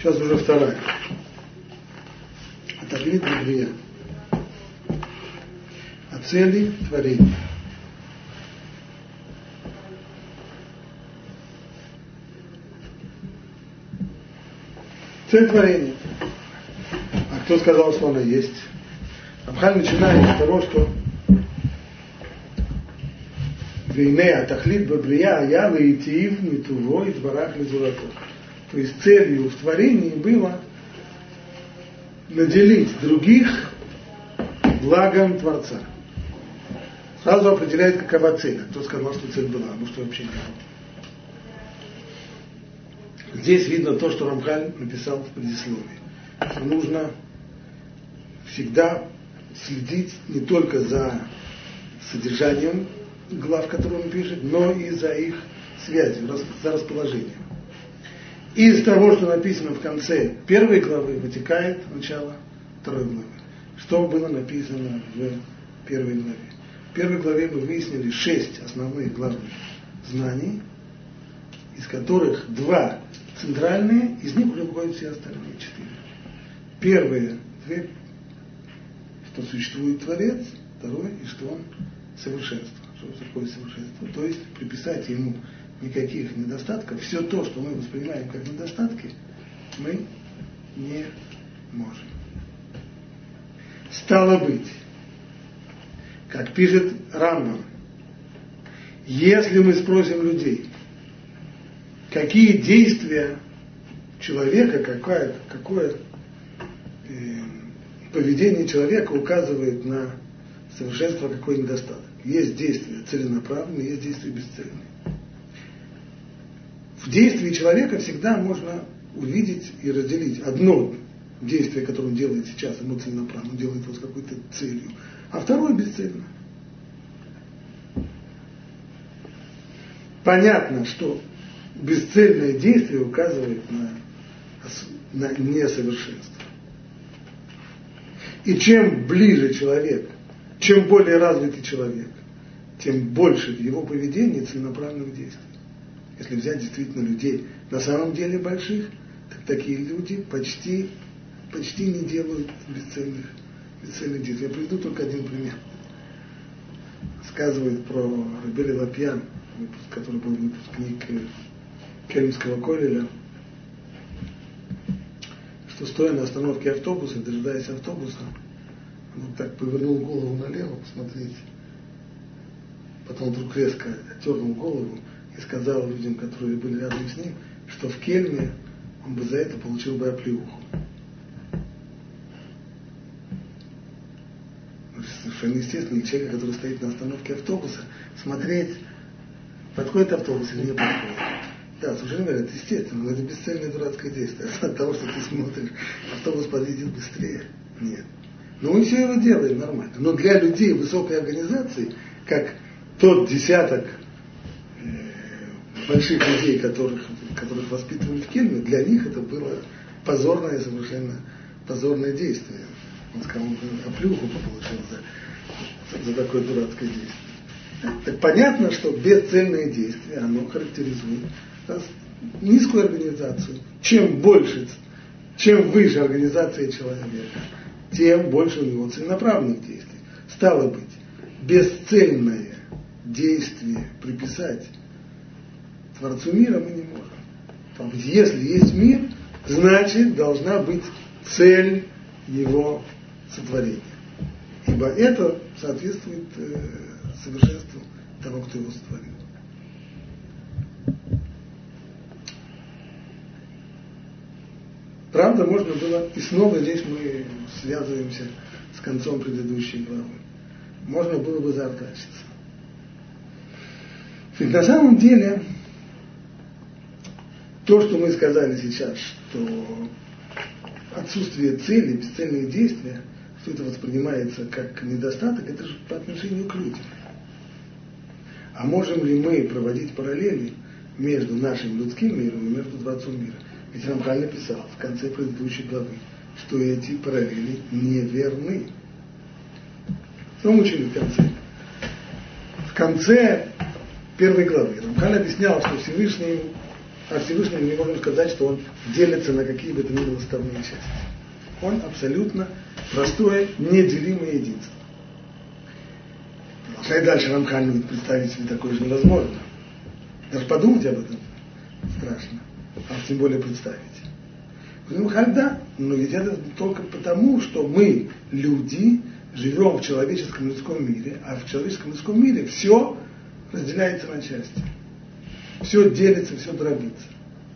Сейчас уже вторая. Атахлит Брия. О цели творения. Цель творения. А кто сказал, что она есть? Рамхаль начинает с того, что Вейне Атахлит Бабрия я лаитив митуво из барах лизурато. То есть целью в творении было наделить других благом Творца. Сразу определяет, какова цель. Кто сказал, что цель была, а может вообще не было. Здесь видно то, что Рамхаль написал в предисловии. Что нужно всегда следить не только за содержанием глав, которые он пишет, но и за их связью, за расположением. Из того, что написано в конце первой главы, вытекает начало второй главы. Что было написано в первой главе? В первой главе мы выяснили 6 основных главных знаний, из которых 2 центральные, из них уже выходят все остальные 4. Первые 2, что существует Творец, второе, и что он совершенство. Что такое совершенство? То есть приписать ему никаких недостатков, все то, что мы воспринимаем как недостатки, мы не можем. Стало быть, как пишет Рамбам, если мы спросим людей, какие действия человека, какое поведение человека указывает на совершенство, какой недостаток. Есть действия целенаправленные, есть действия бесцельные. В действии человека всегда можно увидеть и разделить одно действие, которое он делает сейчас, оно целенаправленно, он делает его с какой-то целью, а второе бесцельно. Понятно, что бесцельное действие указывает на несовершенство. И чем ближе человек, чем более развитый человек, тем больше в его поведении целенаправленных действий. Если взять действительно людей на самом деле больших, так такие люди почти не делают бесцельных действий. Я приведу только один пример. Сказывает про Рабби Лапьян, который был выпускник Кельмского колледжа, что стоя на остановке автобуса, дожидаясь автобуса, он так повернул голову налево посмотреть, потом вдруг резко отдернул голову и сказал людям, которые были рядом с ним, что в Кельме он бы за это получил бы оплеуху. Совершенно естественно, человек, который стоит на остановке автобуса, смотреть, подходит автобус или не подходит. Да, совершенно верно, это естественно, но это бесцельное дурацкое действие. От того, что ты смотришь, автобус подъедет быстрее. Нет. Но мы все его делаем нормально. Но для людей высокой организации, как тот десяток больших людей, которых воспитывали в Кельме, для них это было позорное, совершенно позорное действие. Он сказал, он оплюху получил за такое дурацкое действие. Так понятно, что бесцельное действие, оно характеризует низкую организацию. Чем выше организация человека, тем больше у него целенаправленных действий. Стало быть, бесцельное действие приписать Творцу мира мы не можем. Если есть мир, значит должна быть цель его сотворения. Ибо это соответствует совершенству того, кто его сотворил. Правда, можно было, и снова здесь мы связываемся с концом предыдущей главы, можно было бы заортачиться. Ведь на самом деле, то, что мы сказали сейчас, что отсутствие цели, бесцельные действия, что это воспринимается как недостаток, это же по отношению к людям. А можем ли мы проводить параллели между нашим людским миром и между Творцом мира? Ведь Рамхаль написал в конце предыдущей главы, что эти параллели неверны. Что мы учили в конце? В конце первой главы Рамхаль объяснял, что Всевышний о Всевышнем мы не можем сказать, что он делится на какие бы то ни было составные части. Он абсолютно простое, неделимое единство. Продолжает дальше Рамхан представить себе такое же невозможно. Даже подумать об этом страшно, а тем более представить. Да, но ведь это только потому, что мы, люди, живем в человеческом людском мире, а в человеческом людском мире все разделяется на части. Все делится, все дробится.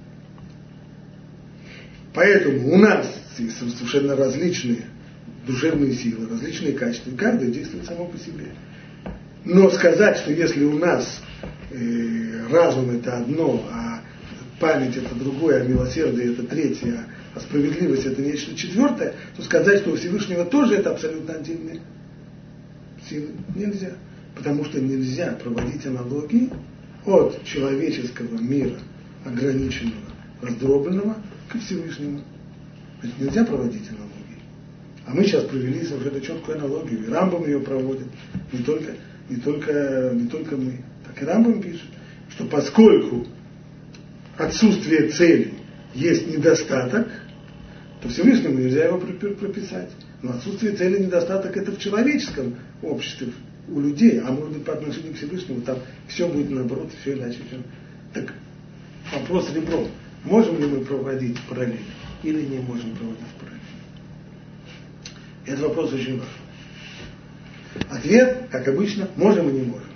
Поэтому у нас есть совершенно различные душевные силы, различные качества, и каждый действует само по себе. Но сказать, что если у нас разум это одно, а память это другое, а милосердие это третье, а справедливость это нечто четвертое, то сказать, что у Всевышнего тоже это абсолютно отдельные силы, нельзя. Потому что нельзя проводить аналогии от человеческого мира, ограниченного, раздробленного, к Всевышнему. Значит, нельзя проводить аналогии. А мы сейчас провели совершенно четкую аналогию, и Рамбам ее проводит, не только мы. Так и Рамбам пишет, что поскольку отсутствие цели есть недостаток, то Всевышнему нельзя его прописать. Но отсутствие цели недостаток это в человеческом обществе, у людей, а может быть по отношению к Всевышнему, там все будет наоборот, все иначе. Так вопрос ребром. Можем ли мы проводить параллель или не можем проводить параллель? Этот вопрос очень важен. Ответ, как обычно, можем и не можем.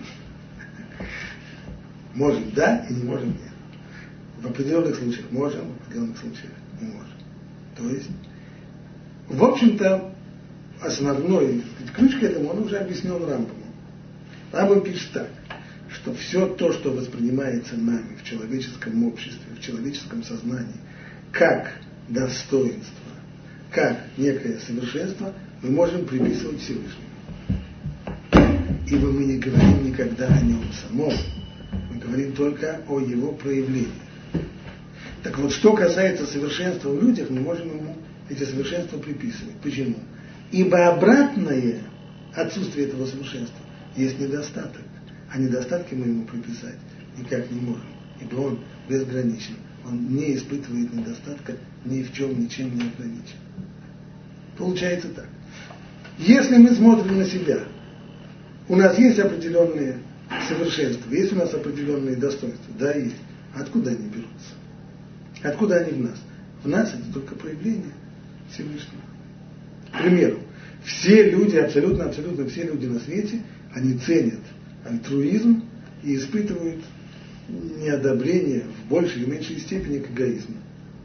Можем да и не можем нет. В определенных случаях можем, в определенных случаях не можем. То есть, в общем-то, основной ключ к этому он уже объяснил Рамбаму. Рамбам пишет так, что все то, что воспринимается нами в человеческом обществе, в человеческом сознании, как достоинство, как некое совершенство, мы можем приписывать Всевышнему. Ибо мы не говорим никогда о нем самом, мы говорим только о его проявлении. Так вот, что касается совершенства в людях, мы можем ему эти совершенства приписывать. Почему? Ибо обратное отсутствие этого совершенства есть недостаток. А недостатки мы ему приписать никак не можем. Ибо он безграничен. Он не испытывает недостатка ни в чем, ничем не ограничен. Получается так. Если мы смотрим на себя, у нас есть определенные совершенства, есть у нас определенные достоинства. Да, есть. Откуда они берутся? Откуда они в нас? В нас это только проявление Всевышнего. К примеру, все люди, абсолютно все люди на свете, они ценят альтруизм и испытывают неодобрение в большей или меньшей степени к эгоизму.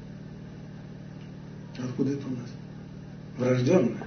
Откуда это у нас? Врожденное.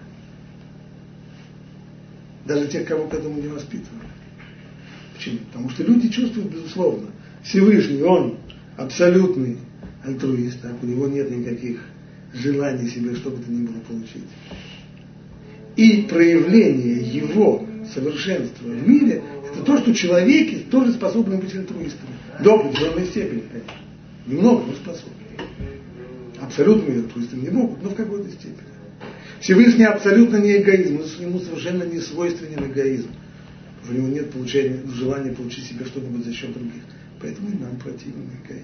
Даже те, кого к этому не воспитывали. Почему? Потому что люди чувствуют, безусловно, Всевышний, он абсолютный альтруист, так, у него нет никаких желаний себе что бы то ни было получить. И проявление его совершенства в мире, это то, что человеки тоже способны быть альтруистами. До определенной степени, конечно. Немного, но способны. Абсолютными альтруистами не могут, но в какой-то степени. Всевышний абсолютно не эгоизм, ему совершенно не свойственен эгоизм. У него нет желания получить себе что-нибудь за счет других. Поэтому и нам противен эгоист.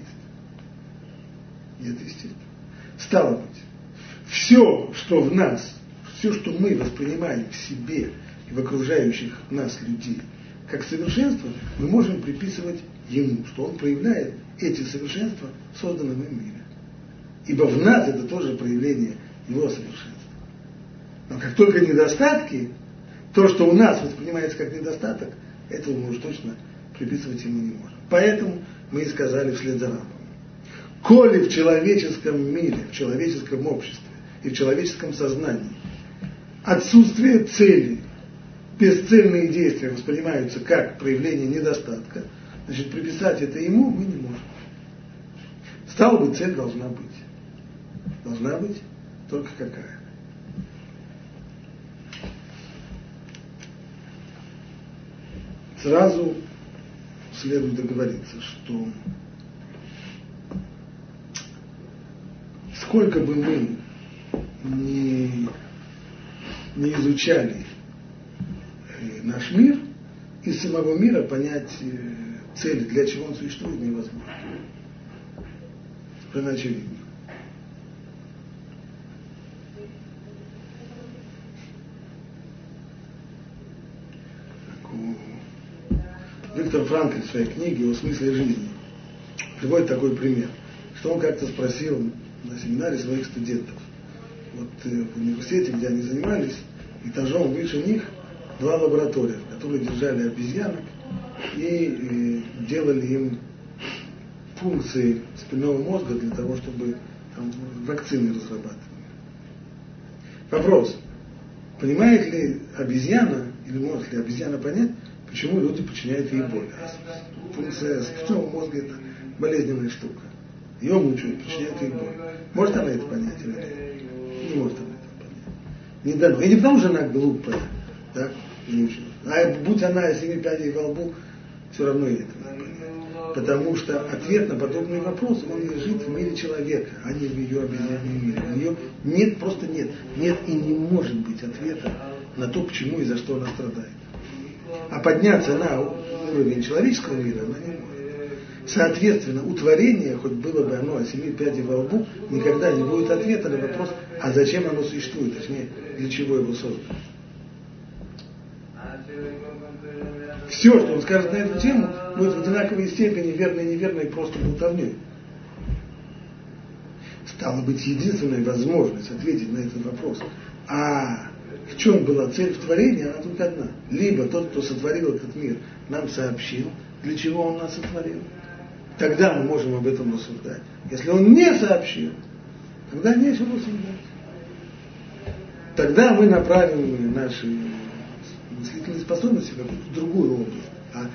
И это естественно. Стало быть, все, что в нас, все, что мы воспринимаем в себе и в окружающих нас людей как совершенство, мы можем приписывать ему, что он проявляет эти совершенства в созданном им мире. Ибо в нас это тоже проявление его совершенства. Но как только недостатки, то, что у нас воспринимается как недостаток, этого мы уж точно приписывать ему не можем. Поэтому мы и сказали вслед за Рамбамом. Коли в человеческом мире, в человеческом обществе и в человеческом сознании отсутствие цели, бесцельные действия воспринимаются как проявление недостатка, значит, приписать это ему мы не можем. Стало быть, цель должна быть. Должна быть только какая? Сразу следует договориться, что сколько бы мы не изучали наш мир, из самого мира понять цель, для чего он существует, невозможно. совершенно очевидно. Виктор Франкль в своей книге «О смысле жизни» приводит такой пример, что он как-то спросил на семинаре своих студентов. Вот в университете, где они занимались, этажом выше них два лаборатория, которые держали обезьянок и делали им функции спинного мозга для того, чтобы там вакцины разрабатывали. Вопрос: понимает ли обезьяна, или может ли обезьяна понять, почему люди причиняют ей боль? Функция спинного мозга – это болезненная штука. Ее мучают, причиняют ей боль. Может она это понять или нет? Не может она это понять. Не дано. И не потому, что она глупая, да? А будь она 7 пядей во лбу, все равно ей это не понять. Потому что ответ на подобный вопрос, он лежит в мире человека, а не в ее обезьянном мире. У нее нет, просто нет. Нет и не может быть ответа на то, почему и за что она страдает. А подняться на уровень человеческого мира она не может. Соответственно, у творения, хоть было бы оно о 7 пядей во лбу, никогда не будет ответа на вопрос, а зачем оно существует, точнее, для чего его создали. Все, что он скажет на эту тему, будет в одинаковой степени верно и неверно и просто болтовней. Стало быть, единственная возможность ответить на этот вопрос, а в чем была цель в творении, она только одна. Либо тот, кто сотворил этот мир, нам сообщил, для чего он нас сотворил. Тогда мы можем об этом рассуждать. Если он не сообщил, тогда нечего рассуждать. Тогда мы направим наши мыслительные способности в какую-то другую область. А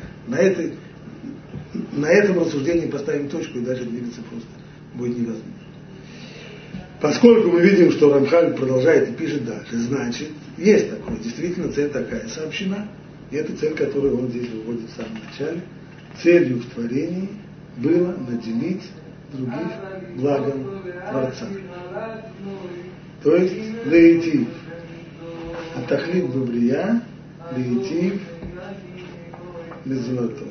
на этом рассуждении поставим точку, и дальше двигаться просто будет невозможно. Поскольку мы видим, что Рамхаль продолжает и пишет дальше, значит, есть такое, действительно цель такая сообщена. И это цель, которую он здесь выводит в самом начале. Целью в творении было наделить других благом Творца. То есть, лейтив. Атахлит бабрия, лейтив лизолотой.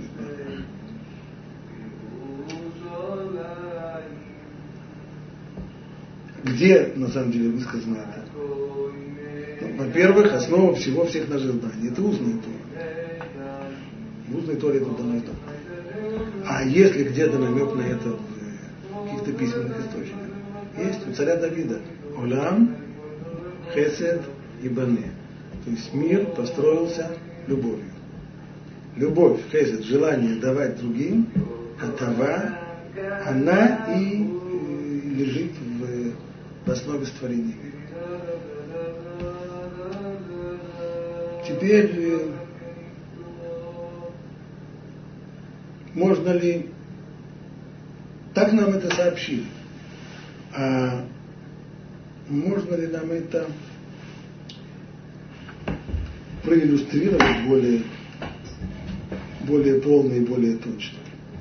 Где, на самом деле, высказано это? Ну, во-первых, основа всех наших знаний – это устная Тора. В устной Торе это дано. А если где-то намек на это в каких-то письменных источниках? Есть у царя Давида. Олам, Хесед и Бане. То есть мир построился любовью. Любовь, Хесед, желание давать другим, а Тава, она и лежит в основе творения. Теперь, можно ли, так нам это сообщили, а можно ли нам это проиллюстрировать более полно и более точно?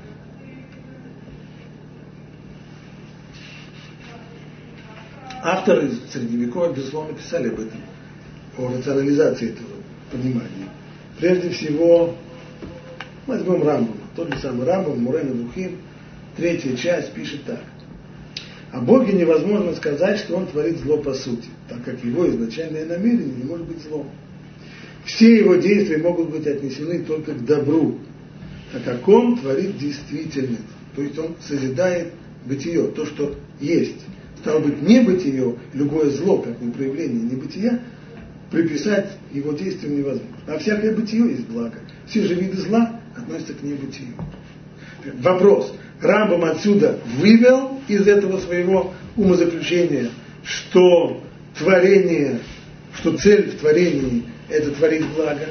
Авторы средневековья, безусловно, писали об этом, о рационализации этого понимания. Прежде всего, возьмем Рамбама, тот же самый Рамбам, Мурэ Недухим, 3 часть пишет так. О Боге невозможно сказать, что Он творит зло по сути, так как Его изначальное намерение не может быть злом. Все Его действия могут быть отнесены только к добру, так как Он творит действительность, то есть Он созидает бытие, то, что есть. Стало быть, небытие, любое зло, как не проявление небытия, приписать его действиям невозможно. А всякое бытие есть благо. Все же виды зла относятся к небытию. Вопрос. Рамбам отсюда вывел из этого своего умозаключения, что творение, что цель в творении – это творить благо.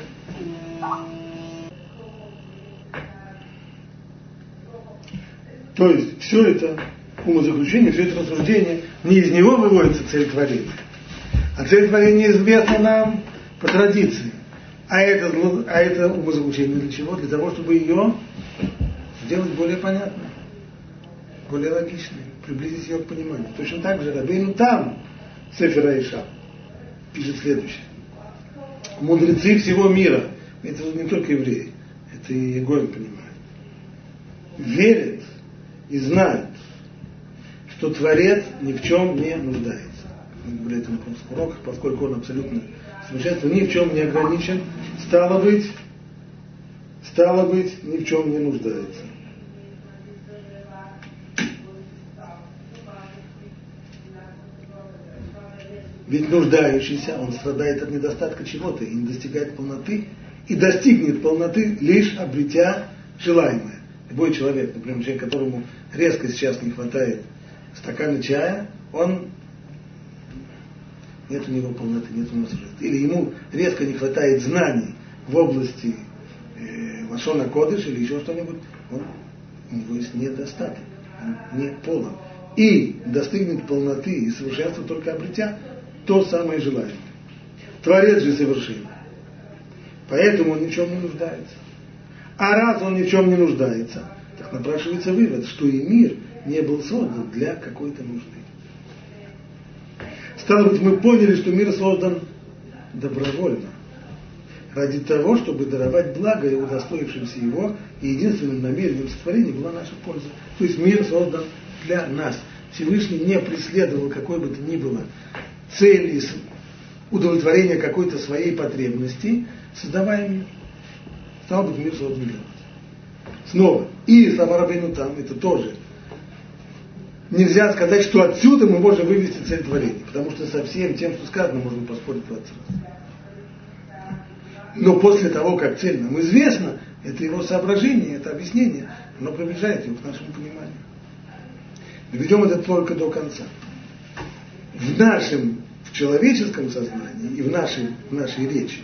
То есть все это умозаключение, все это рассуждение, не из него выводится цель творения. А цель творения известна нам по традиции. А это умозаключение для чего? Для того, чтобы ее сделать более понятной, более логичной, приблизить ее к пониманию. Точно так же Рабейну Там, Сефер Аиша, пишет следующее. Мудрецы всего мира, это не только евреи, это и Егоин понимает, верят и знают, что Творец ни в чем не нуждается. Мы говорили это на прошлых уроках, поскольку он абсолютно совершенство, ни в чем не ограничен, стало быть, ни в чем не нуждается. Ведь нуждающийся, он страдает от недостатка чего-то и не достигает полноты, и достигнет полноты, лишь обретя желаемое. Любой человек, например, человек, которому резко сейчас не хватает стакана чая, нет у него полноты, нет у него сожаления. Или ему резко не хватает знаний в области лашон а-кодеш или еще что-нибудь, у него есть недостаток, он не полон. И достигнет полноты и совершенства только обретя то самое желаемое. Творец же совершенен. Поэтому он ни в чем не нуждается. А раз он ни в чем не нуждается, так напрашивается вывод, что и мир не был создан для какой-то нужды. Стало быть, мы поняли, что мир создан добровольно, ради того, чтобы даровать благо и удостоившимся его, и единственным намерением сотворения была наша польза. То есть мир создан для нас. Всевышний не преследовал какой бы то ни было цели удовлетворения какой-то своей потребности, создавая мир. Стало быть, мир создан для нас. Снова, и слова Рабейну Там, это тоже нельзя сказать, что отсюда мы можем вывести цель творения, потому что со всем тем, что сказано, можно поспорить 20 раз. Но после того, как цель нам известна, это его соображение, это объяснение, оно приближает его к нашему пониманию. Доведем это только до конца. В человеческом сознании и в нашей речи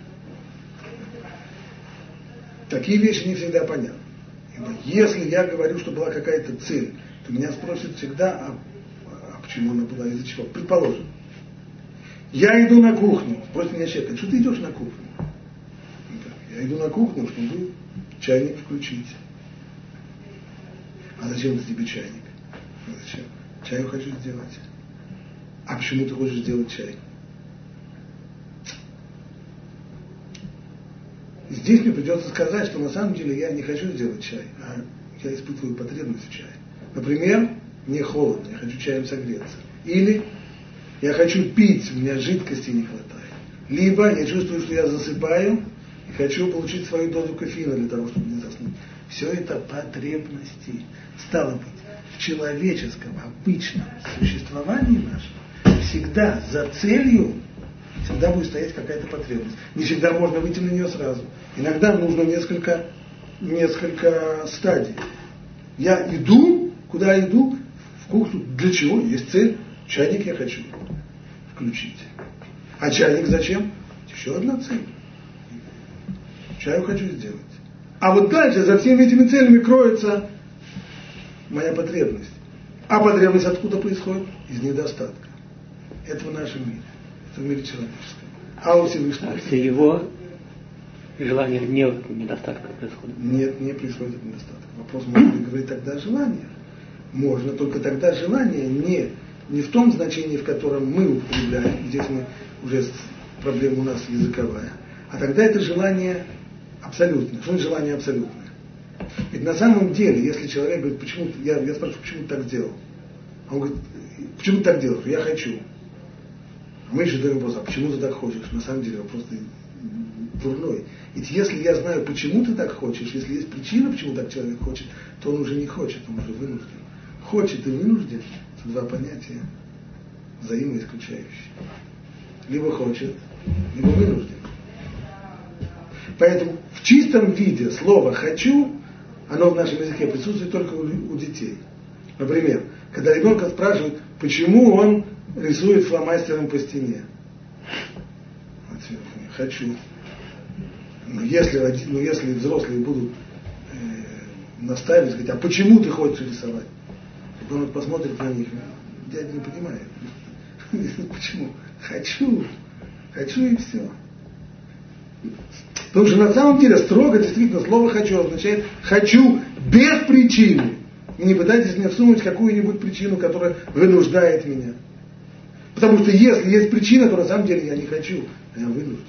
такие вещи не всегда понятны. Если я говорю, что была какая-то цель, то меня спросят всегда, а почему она была, из-за чего? Предположим, я иду на кухню, спросит меня человек, а что ты идешь на кухню? Я иду на кухню, чтобы чайник включить. А зачем тебе чайник? Зачем? Чаю хочу сделать. А почему ты хочешь сделать чай? Здесь мне придется сказать, что на самом деле я не хочу сделать чай, а я испытываю потребность в чае. Например, мне холодно, я хочу чаем согреться. Или я хочу пить, у меня жидкости не хватает. Либо я чувствую, что я засыпаю и хочу получить свою дозу кофеина для того, чтобы не заснуть. Все это потребности. Стало быть, в человеческом, обычном существовании нашем всегда за целью всегда будет стоять какая-то потребность. Не всегда можно выйти на нее сразу. Иногда нужно несколько стадий. Я иду, куда иду? В кухню. Для чего? Есть цель. Чайник я хочу включить. А чайник зачем? Еще одна цель. Чаю хочу сделать. А вот дальше за всеми этими целями кроется моя потребность. А потребность откуда происходит? Из недостатка. Это в нашем мире. Это в мире человеческом. А у Всевышнего... А все его желания не от недостатка происходят? Нет, не происходит от недостатка. Вопрос, можно ли говорить тогда о желаниях? Можно, только тогда желание не в том значении, в котором мы употребляем. Здесь мы уже проблема у нас языковая. А тогда это желание абсолютное. Что значит желание абсолютное? Ведь на самом деле, если человек говорит, почему я спрашиваю, почему ты так сделал? А он говорит, почему ты так делаешь? Я хочу. А мы еще задаем вопрос, а почему ты так хочешь? На самом деле вопрос дурной. Ведь если я знаю, почему ты так хочешь, если есть причина, почему так человек хочет, то он уже не хочет, он уже вынужден. Хочет и вынужден – это два понятия взаимоисключающие. Либо хочет, либо вынужден. Поэтому в чистом виде слово «хочу», оно в нашем языке присутствует только у детей. Например, когда ребенка спрашивают, почему он рисует фломастером по стене. Хочу. Но если взрослые будут наставить, сказать, а почему ты хочешь рисовать? Ребенок посмотрит на них, дядя не понимает. Почему? Хочу и все. Потому что на самом деле строго действительно слово «хочу» означает «хочу без причины». И не пытайтесь мне всунуть какую-нибудь причину, которая вынуждает меня. Потому что если есть причина, то на самом деле я не хочу, а я вынужден.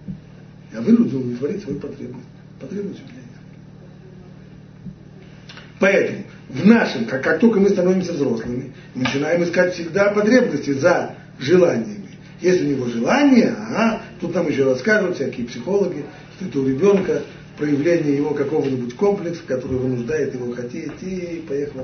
Я вынужден удовлетворить свою потребность. Потребность у меня есть. Поэтому в нашем, как только мы становимся взрослыми, мы начинаем искать всегда потребности за желаниями. Если у него желание, тут нам еще расскажут всякие психологи, что это у ребенка проявление его какого-нибудь комплекса, который вынуждает его хотеть, и поехало.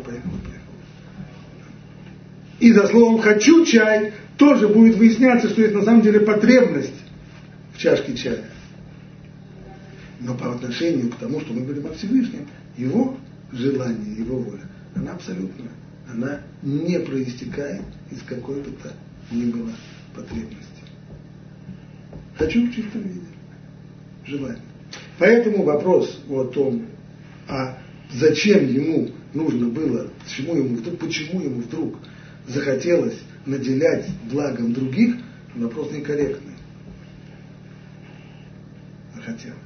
И за словом «хочу чай» тоже будет выясняться, что это на самом деле потребность в чашке чая. Но по отношению к тому, что мы говорим о Всевышнем, его желание, его воля, она абсолютная. Она не проистекает из какой бы то ни было потребности. Хочу в чистом виде. Желание. Поэтому вопрос о том, зачем ему нужно было, почему ему вдруг захотелось наделять благом других, вопрос некорректный. Захотелось.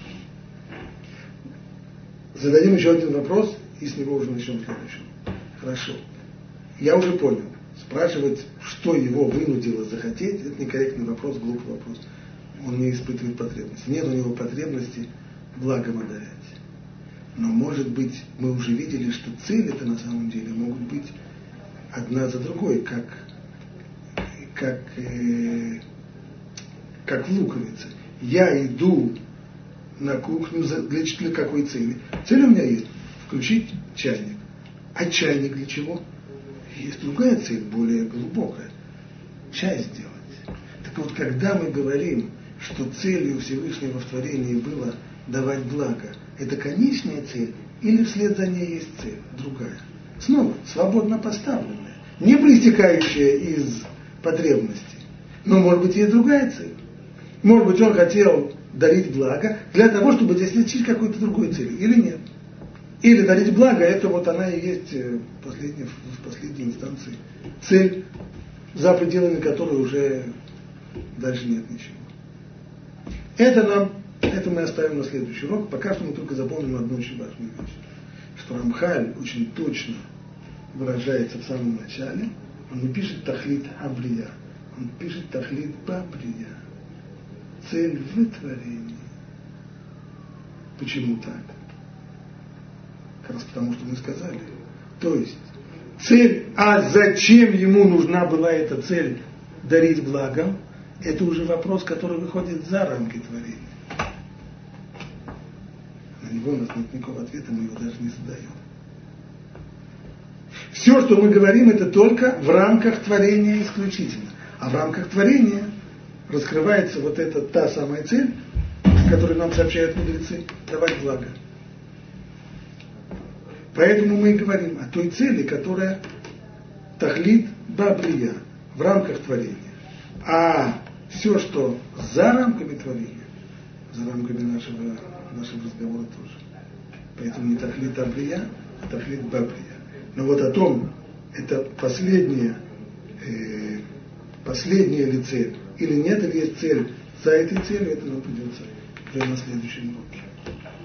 Зададим еще один вопрос, и с него уже начнем следующий. Хорошо. Я уже понял. Спрашивать, что его вынудило захотеть, это некорректный вопрос, глупый вопрос. Он не испытывает потребности. Нет у него потребности благом одарять. Но, может быть, мы уже видели, что цели это на самом деле могут быть одна за другой, как в луковице. Я иду на кухню для какой цели? Цель у меня есть включить чайник. А чайник для чего? Есть другая цель, более глубокая. Чай сделать. Так вот, когда мы говорим, что целью Всевышнего в творении было давать благо, это конечная цель или вслед за ней есть цель другая? Снова, свободно поставленная, не проистекающая из потребностей. Но, может быть, есть другая цель. Может быть, он хотел дарить благо для того, чтобы достичь какой-то другой цели, или нет. Или дарить благо, это вот она и есть в последней инстанции цель, за пределами которой уже дальше нет ничего. Это мы оставим на следующий урок. Пока что мы только запомним одну очень важную вещь. Что Рамхаль очень точно выражается в самом начале. Он не пишет тахлит абрия, он пишет тахлит бабрия. Цель в творении. Почему так? Как раз потому, что мы сказали. То есть, цель, зачем ему нужна была эта цель дарить благом, это уже вопрос, который выходит за рамки творения. На него у нас нет никакого ответа, мы его даже не задаем. Все, что мы говорим, это только в рамках творения исключительно. А в рамках творения раскрывается вот эта та самая цель, которую нам сообщают мудрецы, давать благо. Поэтому мы и говорим о той цели, которая тахлит бабрия, в рамках творения. А все, что за рамками творения, за рамками нашего разговора тоже. Поэтому не тахлит абрия, а тахлит бабрия. Но вот о том, это последняя ли цель, или нет, или есть цель за этой целью, это нам придется уже на следующем уроке.